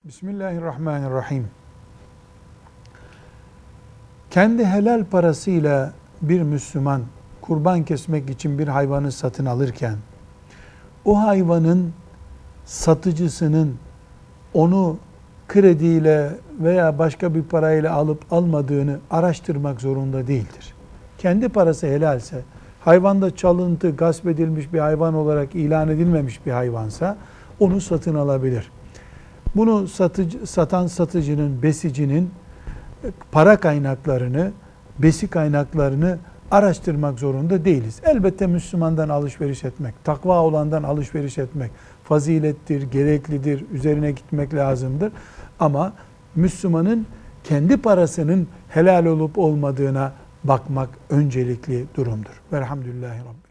Bismillahirrahmanirrahim. Kendi helal parasıyla bir Müslüman kurban kesmek için bir hayvanı satın alırken, o hayvanın satıcısının onu krediyle veya başka bir parayla alıp almadığını araştırmak zorunda değildir. Kendi parası helalse, hayvanda çalıntı, gasp edilmiş bir hayvan olarak ilan edilmemiş bir hayvansa onu satın alabilir. Bunu satan satıcının, besicinin para kaynaklarını, besi kaynaklarını araştırmak zorunda değiliz. Elbette Müslümandan alışveriş etmek, takva olandan alışveriş etmek fazilettir, gereklidir, üzerine gitmek lazımdır. Ama Müslümanın kendi parasının helal olup olmadığına bakmak öncelikli durumdur. Velhamdülillahi Rabbil.